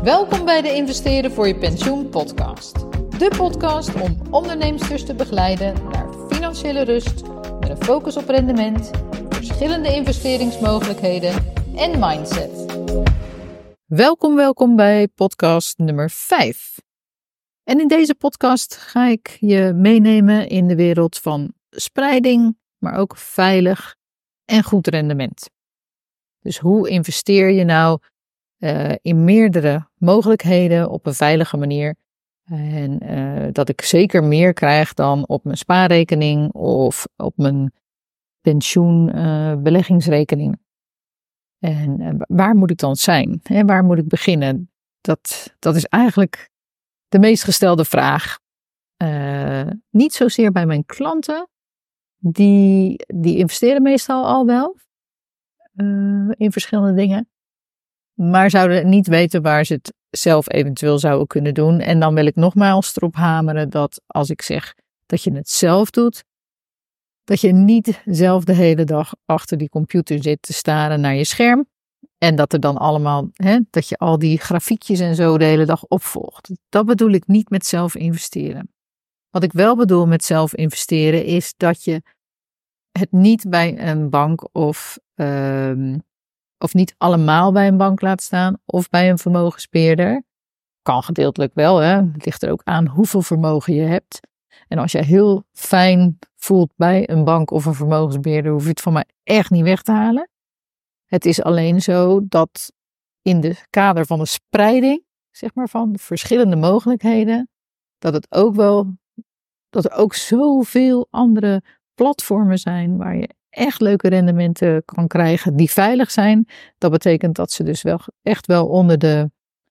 Welkom bij de Investeren voor je pensioen podcast. De podcast om onderneemsters te begeleiden naar financiële rust met een focus op rendement, verschillende investeringsmogelijkheden en mindset. Welkom bij podcast nummer 5. En in deze podcast ga ik je meenemen in de wereld van spreiding, maar ook veilig en goed rendement. Dus hoe investeer je nou in meerdere mogelijkheden op een veilige manier. En dat ik zeker meer krijg dan op mijn spaarrekening of op mijn pensioenbeleggingsrekening. En waar moet ik dan zijn? Waar moet ik beginnen? Dat is eigenlijk de meest gestelde vraag. Niet zozeer bij mijn klanten. Die investeren meestal al wel in verschillende dingen. Maar zouden niet weten waar ze het zelf eventueel zouden kunnen doen. En dan wil ik nogmaals erop hameren dat als ik zeg dat je het zelf doet, dat je niet zelf de hele dag achter die computer zit te staren naar je scherm. En dat er dan allemaal, dat je al die grafiekjes en zo de hele dag opvolgt. Dat bedoel ik niet met zelf investeren. Wat ik wel bedoel met zelf investeren is dat je het niet bij een bank of niet allemaal bij een bank laat staan of bij een vermogensbeheerder. Kan gedeeltelijk wel, het ligt er ook aan hoeveel vermogen je hebt. En als je heel fijn voelt bij een bank of een vermogensbeheerder, hoef je het van mij echt niet weg te halen. Het is alleen zo dat in de kader van de spreiding, zeg maar van verschillende mogelijkheden, dat er ook zoveel andere platformen zijn waar je echt leuke rendementen kan krijgen die veilig zijn. Dat betekent dat ze dus echt wel onder de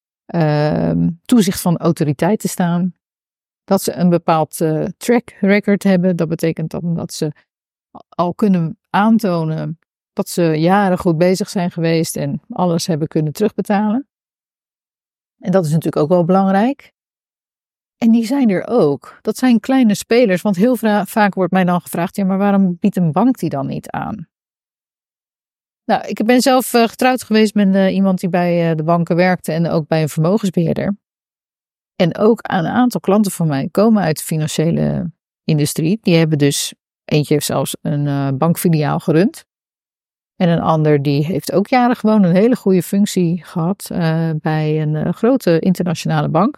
toezicht van autoriteiten staan. Dat ze een bepaald track record hebben. Dat betekent dat ze al kunnen aantonen dat ze jaren goed bezig zijn geweest en alles hebben kunnen terugbetalen. En dat is natuurlijk ook wel belangrijk. En die zijn er ook. Dat zijn kleine spelers, want heel vaak wordt mij dan gevraagd, ja, maar waarom biedt een bank die dan niet aan? Nou, ik ben zelf getrouwd geweest met iemand die bij de banken werkte en ook bij een vermogensbeheerder. En ook een aantal klanten van mij komen uit de financiële industrie. Die hebben dus, eentje heeft zelfs een bankfiliaal gerund. En een ander die heeft ook jaren gewoon een hele goede functie gehad bij een grote internationale bank.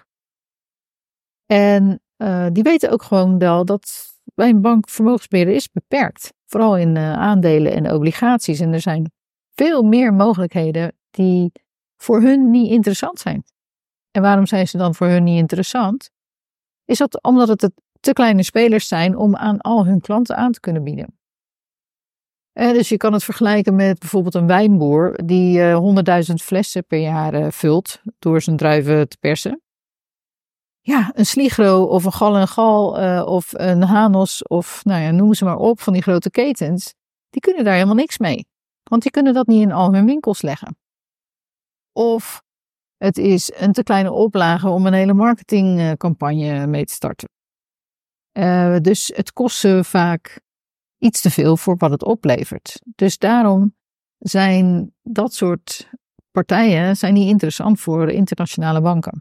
En die weten ook gewoon wel dat bij een bank vermogensbeheerder is beperkt. Vooral in aandelen en obligaties. En er zijn veel meer mogelijkheden die voor hun niet interessant zijn. En waarom zijn ze dan voor hun niet interessant? Is dat omdat het te kleine spelers zijn om aan al hun klanten aan te kunnen bieden. Dus je kan het vergelijken met bijvoorbeeld een wijnboer die 100.000 flessen per jaar vult door zijn druiven te persen. Ja, een Sligro of een Gal en Gal of een Hanos of noem ze maar op van die grote ketens. Die kunnen daar helemaal niks mee. Want die kunnen dat niet in al hun winkels leggen. Of het is een te kleine oplage om een hele marketingcampagne mee te starten. Dus het kost ze vaak iets te veel voor wat het oplevert. Dus daarom zijn dat soort partijen niet interessant voor internationale banken.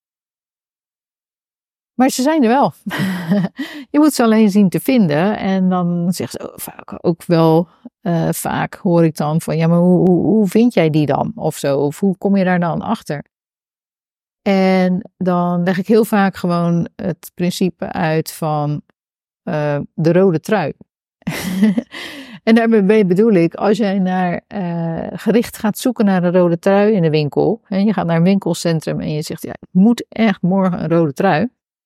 Maar ze zijn er wel. Je moet ze alleen zien te vinden. En dan zeggen ze vaak hoor ik dan van, ja, maar hoe vind jij die dan? Of zo, of hoe kom je daar dan achter? En dan leg ik heel vaak gewoon het principe uit van de rode trui. En daarmee bedoel ik, als jij gericht gaat zoeken naar een rode trui in de winkel. En je gaat naar een winkelcentrum en je zegt, ja, ik moet echt morgen een rode trui.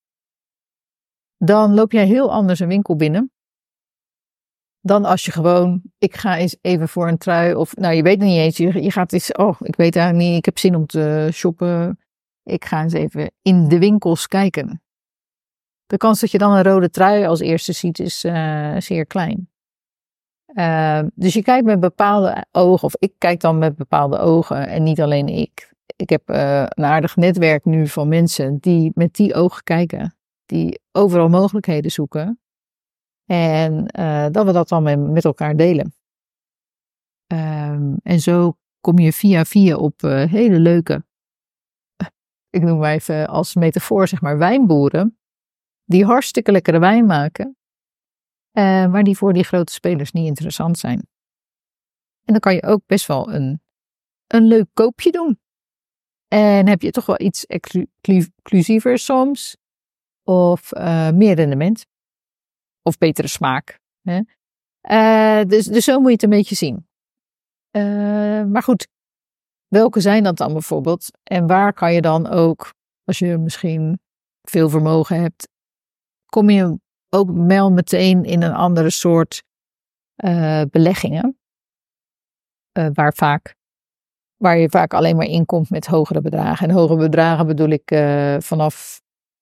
Dan loop jij heel anders een winkel binnen. Dan als je gewoon, ik ga eens even voor een trui. Of je weet het niet eens, je gaat eens, ik weet eigenlijk niet, ik heb zin om te shoppen. Ik ga eens even in de winkels kijken. De kans dat je dan een rode trui als eerste ziet is zeer klein. Dus je kijkt met bepaalde ogen, of ik kijk dan met bepaalde ogen en niet alleen ik. Ik heb een aardig netwerk nu van mensen die met die ogen kijken. Die overal mogelijkheden zoeken. En dat we dat dan met elkaar delen. En zo kom je via op hele leuke ik noem maar even als metafoor, zeg maar, wijnboeren, die hartstikke lekkere wijn maken, maar die voor die grote spelers niet interessant zijn. En dan kan je ook best wel een leuk koopje doen. En heb je toch wel iets exclusiever soms, of meer rendement, of betere smaak. Hè? Dus zo moet je het een beetje zien. Maar goed, welke zijn dat dan bijvoorbeeld? En waar kan je dan ook, als je misschien veel vermogen hebt, kom je ook wel meteen in een andere soort beleggingen. Waar je vaak alleen maar inkomt met hogere bedragen. En hogere bedragen bedoel ik vanaf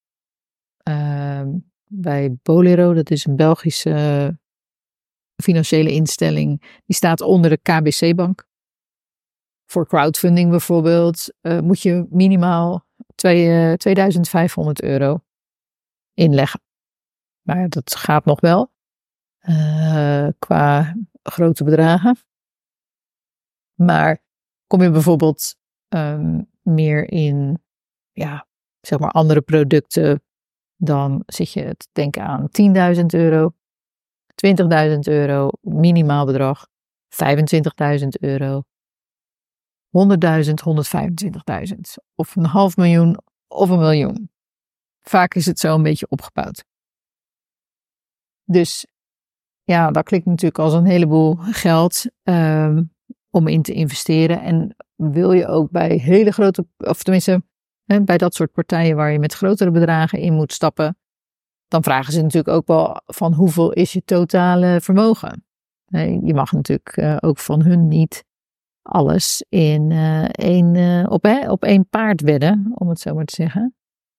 bij Bolero, dat is een Belgische financiële instelling, die staat onder de KBC-bank. Voor crowdfunding bijvoorbeeld moet je minimaal 2500 euro inleggen. Maar dat gaat nog wel qua grote bedragen. Maar kom je bijvoorbeeld meer in zeg maar andere producten, dan zit je te denken aan 10.000 euro, 20.000 euro, minimaal bedrag, 25.000 euro, 100.000, 125.000 of 500.000 of 1 miljoen. Vaak is het zo een beetje opgebouwd. Dus ja, dat klinkt natuurlijk als een heleboel geld om in te investeren. En wil je ook bij hele grote, of tenminste bij dat soort partijen waar je met grotere bedragen in moet stappen, dan vragen ze natuurlijk ook wel van hoeveel is je totale vermogen. Je mag natuurlijk ook van hun niet alles op één paard wedden, om het zo maar te zeggen.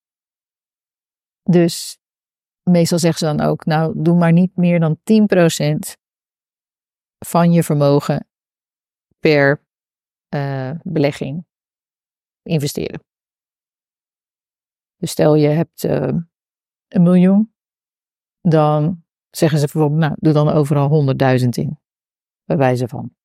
Dus meestal zeggen ze dan ook, nou, doe maar niet meer dan 10% van je vermogen per belegging investeren. Dus stel je hebt 1 miljoen, dan zeggen ze bijvoorbeeld, nou, doe dan overal 100.000 in, bij wijze van.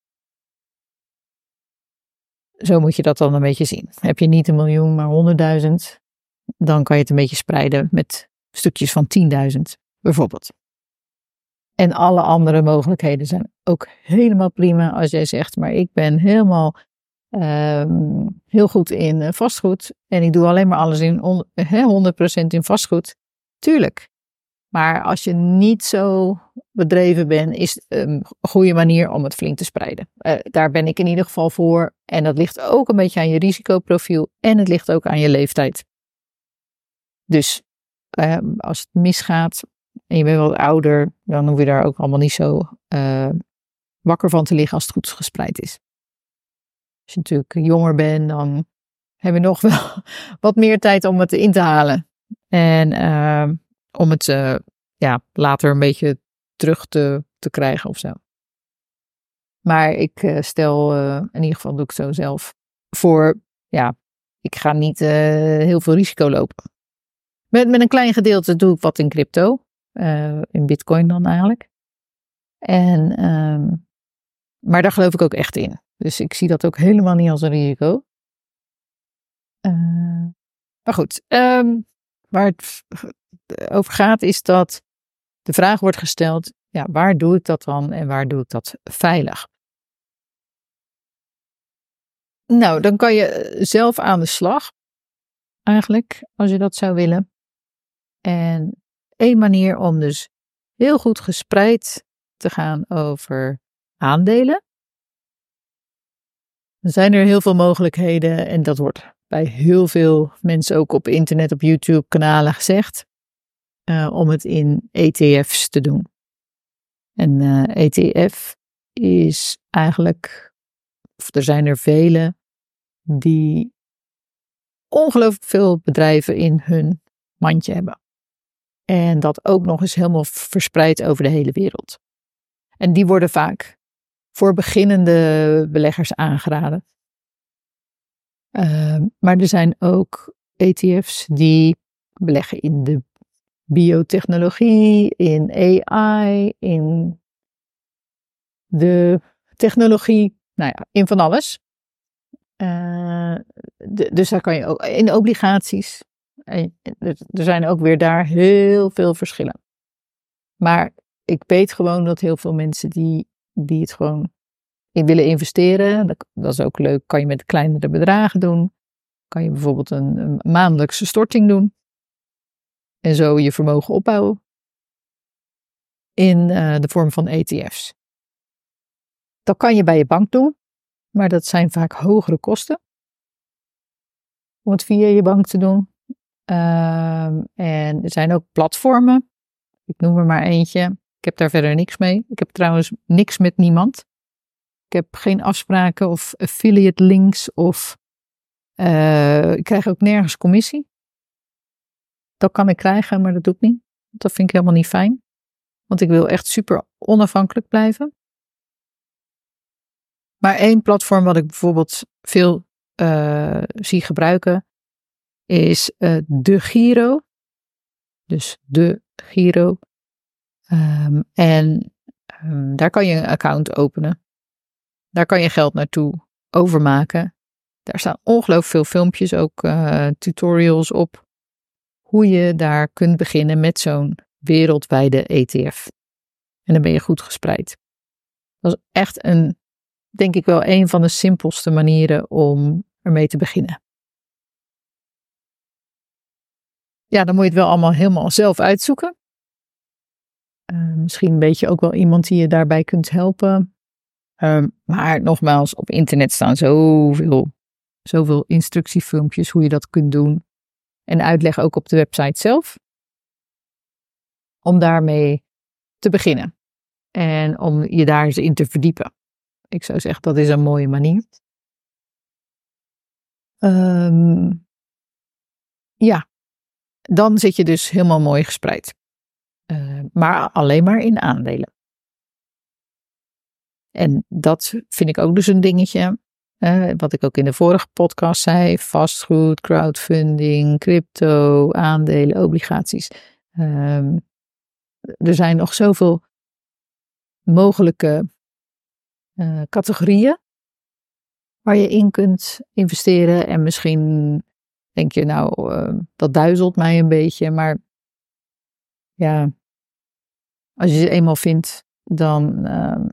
Zo moet je dat dan een beetje zien. Heb je niet 1 miljoen, maar 100.000, dan kan je het een beetje spreiden met stukjes van 10.000 bijvoorbeeld. En alle andere mogelijkheden zijn ook helemaal prima als jij zegt, maar ik ben helemaal heel goed in vastgoed en ik doe alleen maar alles in 100% in vastgoed. Tuurlijk. Maar als je niet zo bedreven bent, is het een goede manier om het flink te spreiden. Daar ben ik in ieder geval voor. En dat ligt ook een beetje aan je risicoprofiel en het ligt ook aan je leeftijd. Dus als het misgaat en je bent wat ouder, dan hoef je daar ook allemaal niet zo wakker van te liggen als het goed gespreid is. Als je natuurlijk jonger bent, dan heb je nog wel wat meer tijd om het in te halen. En om het later een beetje terug te krijgen of zo. Maar ik stel, in ieder geval doe ik zo zelf, voor, ik ga niet heel veel risico lopen. Met een klein gedeelte doe ik wat in crypto. In Bitcoin dan eigenlijk. Maar daar geloof ik ook echt in. Dus ik zie dat ook helemaal niet als een risico. Maar goed, waar het over gaat is dat de vraag wordt gesteld, waar doe ik dat dan en waar doe ik dat veilig? Nou, dan kan je zelf aan de slag, eigenlijk, als je dat zou willen. En één manier om dus heel goed gespreid te gaan over aandelen. Er zijn er heel veel mogelijkheden en dat wordt bij heel veel mensen ook op internet, op YouTube kanalen gezegd, om het in ETF's te doen. En ETF is eigenlijk, of er zijn er vele, die ongelooflijk veel bedrijven in hun mandje hebben. En dat ook nog eens helemaal verspreid over de hele wereld. En die worden vaak voor beginnende beleggers aangeraden. Maar er zijn ook ETF's die beleggen in de biotechnologie, in AI, in de technologie, in van alles. Dus daar kan je ook in obligaties. Er zijn ook weer daar heel veel verschillen. Maar ik weet gewoon dat heel veel mensen die het gewoon in willen investeren. Dat is ook leuk. Kan je met kleinere bedragen doen. Kan je bijvoorbeeld een maandelijkse storting doen. En zo je vermogen opbouwen. In de vorm van ETF's. Dat kan je bij je bank doen. Maar dat zijn vaak hogere kosten. Om het via je bank te doen. En er zijn ook platformen. Ik noem er maar eentje. Ik heb daar verder niks mee. Ik heb trouwens niks met niemand. Ik heb geen afspraken of affiliate links of ik krijg ook nergens commissie. Dat kan ik krijgen, maar dat doe ik niet. Dat vind ik helemaal niet fijn. Want ik wil echt super onafhankelijk blijven. Maar één platform wat ik bijvoorbeeld veel zie gebruiken is de Giro. Dus de Giro. Daar kan je een account openen. Daar kan je geld naartoe overmaken. Daar staan ongelooflijk veel filmpjes, ook tutorials op. Hoe je daar kunt beginnen met zo'n wereldwijde ETF. En dan ben je goed gespreid. Dat is echt denk ik wel een van de simpelste manieren om ermee te beginnen. Ja, dan moet je het wel allemaal helemaal zelf uitzoeken. Misschien weet je ook wel iemand die je daarbij kunt helpen. Maar nogmaals, op internet staan zoveel instructiefilmpjes hoe je dat kunt doen. En uitleg ook op de website zelf. Om daarmee te beginnen. En om je daar eens in te verdiepen. Ik zou zeggen, dat is een mooie manier. Ja, dan zit je dus helemaal mooi gespreid. Maar alleen maar in aandelen. En dat vind ik ook dus een dingetje. Wat ik ook in de vorige podcast zei. Vastgoed, crowdfunding, crypto, aandelen, obligaties. Er zijn nog zoveel mogelijke categorieën waar je in kunt investeren. En misschien denk je dat duizelt mij een beetje. Maar ja, als je ze eenmaal vindt, dan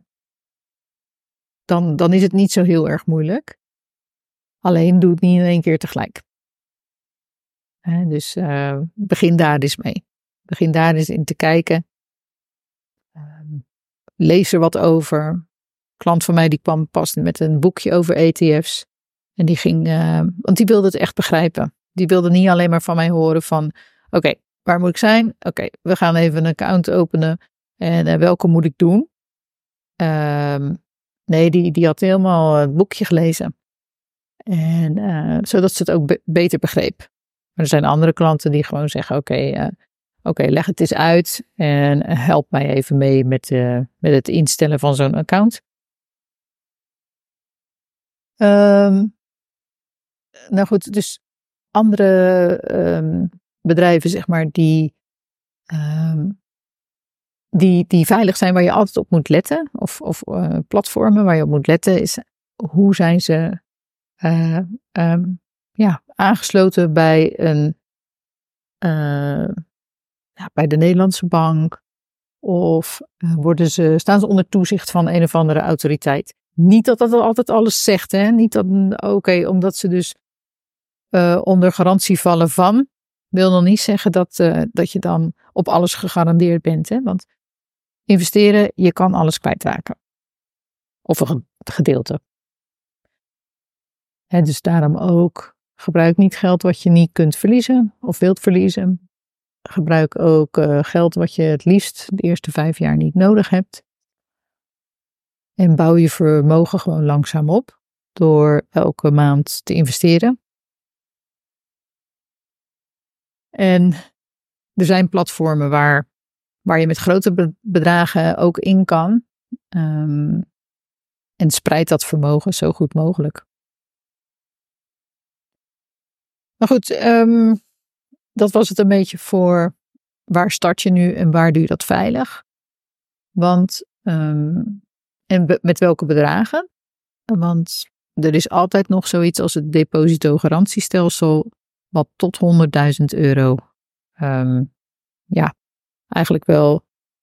is het niet zo heel erg moeilijk. Alleen doe het niet in één keer tegelijk. Dus begin daar eens mee. Begin daar eens in te kijken. Lees er wat over. Een klant van mij die kwam pas met een boekje over ETF's. En die ging, want die wilde het echt begrijpen. Die wilde niet alleen maar van mij horen van, oké, waar moet ik zijn? Oké, we gaan even een account openen. En welke moet ik doen? Nee, die had helemaal het boekje gelezen. En zodat ze het ook beter begreep. Maar er zijn andere klanten die gewoon zeggen, oké, leg het eens uit en help mij even mee met het instellen van zo'n account. Nou goed, dus andere bedrijven, zeg maar, die veilig zijn, waar je altijd op moet letten, of platformen waar je op moet letten, is hoe zijn ze aangesloten bij bij de Nederlandse bank, of staan ze onder toezicht van een of andere autoriteit. Niet dat altijd alles zegt, hè? Niet dat, omdat ze dus onder garantie vallen van, wil nog niet zeggen dat je dan op alles gegarandeerd bent, hè? Want investeren, je kan alles kwijtraken. Of een gedeelte. Dus daarom ook, gebruik niet geld wat je niet kunt verliezen of wilt verliezen. Gebruik ook geld wat je het liefst de eerste 5 jaar niet nodig hebt. En bouw je vermogen gewoon langzaam op door elke maand te investeren. En er zijn platformen waar je met grote bedragen ook in kan. En spreid dat vermogen zo goed mogelijk. Maar goed, dat was het een beetje voor waar start je nu en waar doe je dat veilig. Want, en met welke bedragen. Want er is altijd nog zoiets als het depositogarantiestelsel, wat tot €100.000 eigenlijk wel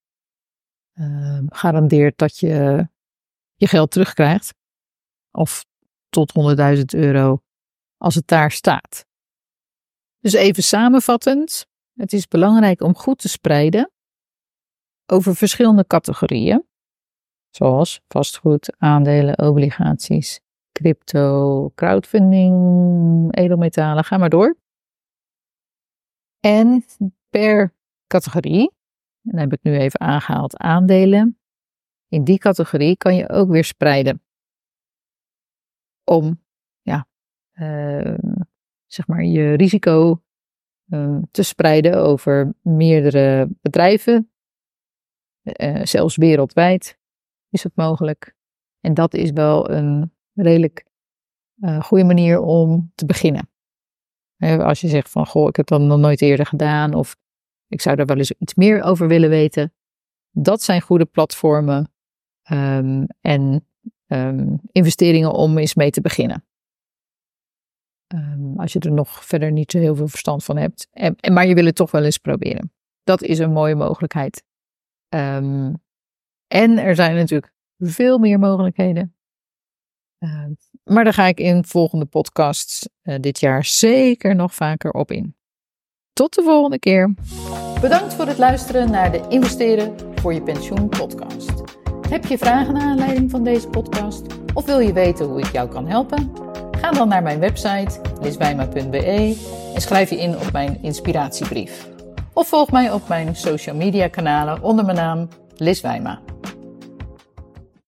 garandeert dat je je geld terugkrijgt. Of tot €100.000 als het daar staat. Dus even samenvattend, het is belangrijk om goed te spreiden over verschillende categorieën. Zoals vastgoed, aandelen, obligaties, crypto, crowdfunding, edelmetalen, ga maar door. En per categorie, en dan heb ik nu even aangehaald aandelen, in die categorie kan je ook weer spreiden. Om je risico te spreiden over meerdere bedrijven, zelfs wereldwijd is het mogelijk. En dat is wel een redelijk goede manier om te beginnen. Als je zegt van, goh, ik heb dat nog nooit eerder gedaan of ik zou daar wel eens iets meer over willen weten. Dat zijn goede platformen en investeringen om eens mee te beginnen. Als je er nog verder niet zo heel veel verstand van hebt. Maar je wil het toch wel eens proberen. Dat is een mooie mogelijkheid. En er zijn natuurlijk veel meer mogelijkheden. Maar daar ga ik in volgende podcasts dit jaar zeker nog vaker op in. Tot de volgende keer. Bedankt voor het luisteren naar de Investeren voor je pensioen podcast. Heb je vragen naar aanleiding van deze podcast? Of wil je weten hoe ik jou kan helpen? Ga dan naar mijn website liswijma.be en schrijf je in op mijn inspiratiebrief. Of volg mij op mijn social media kanalen onder mijn naam Liz Wijma.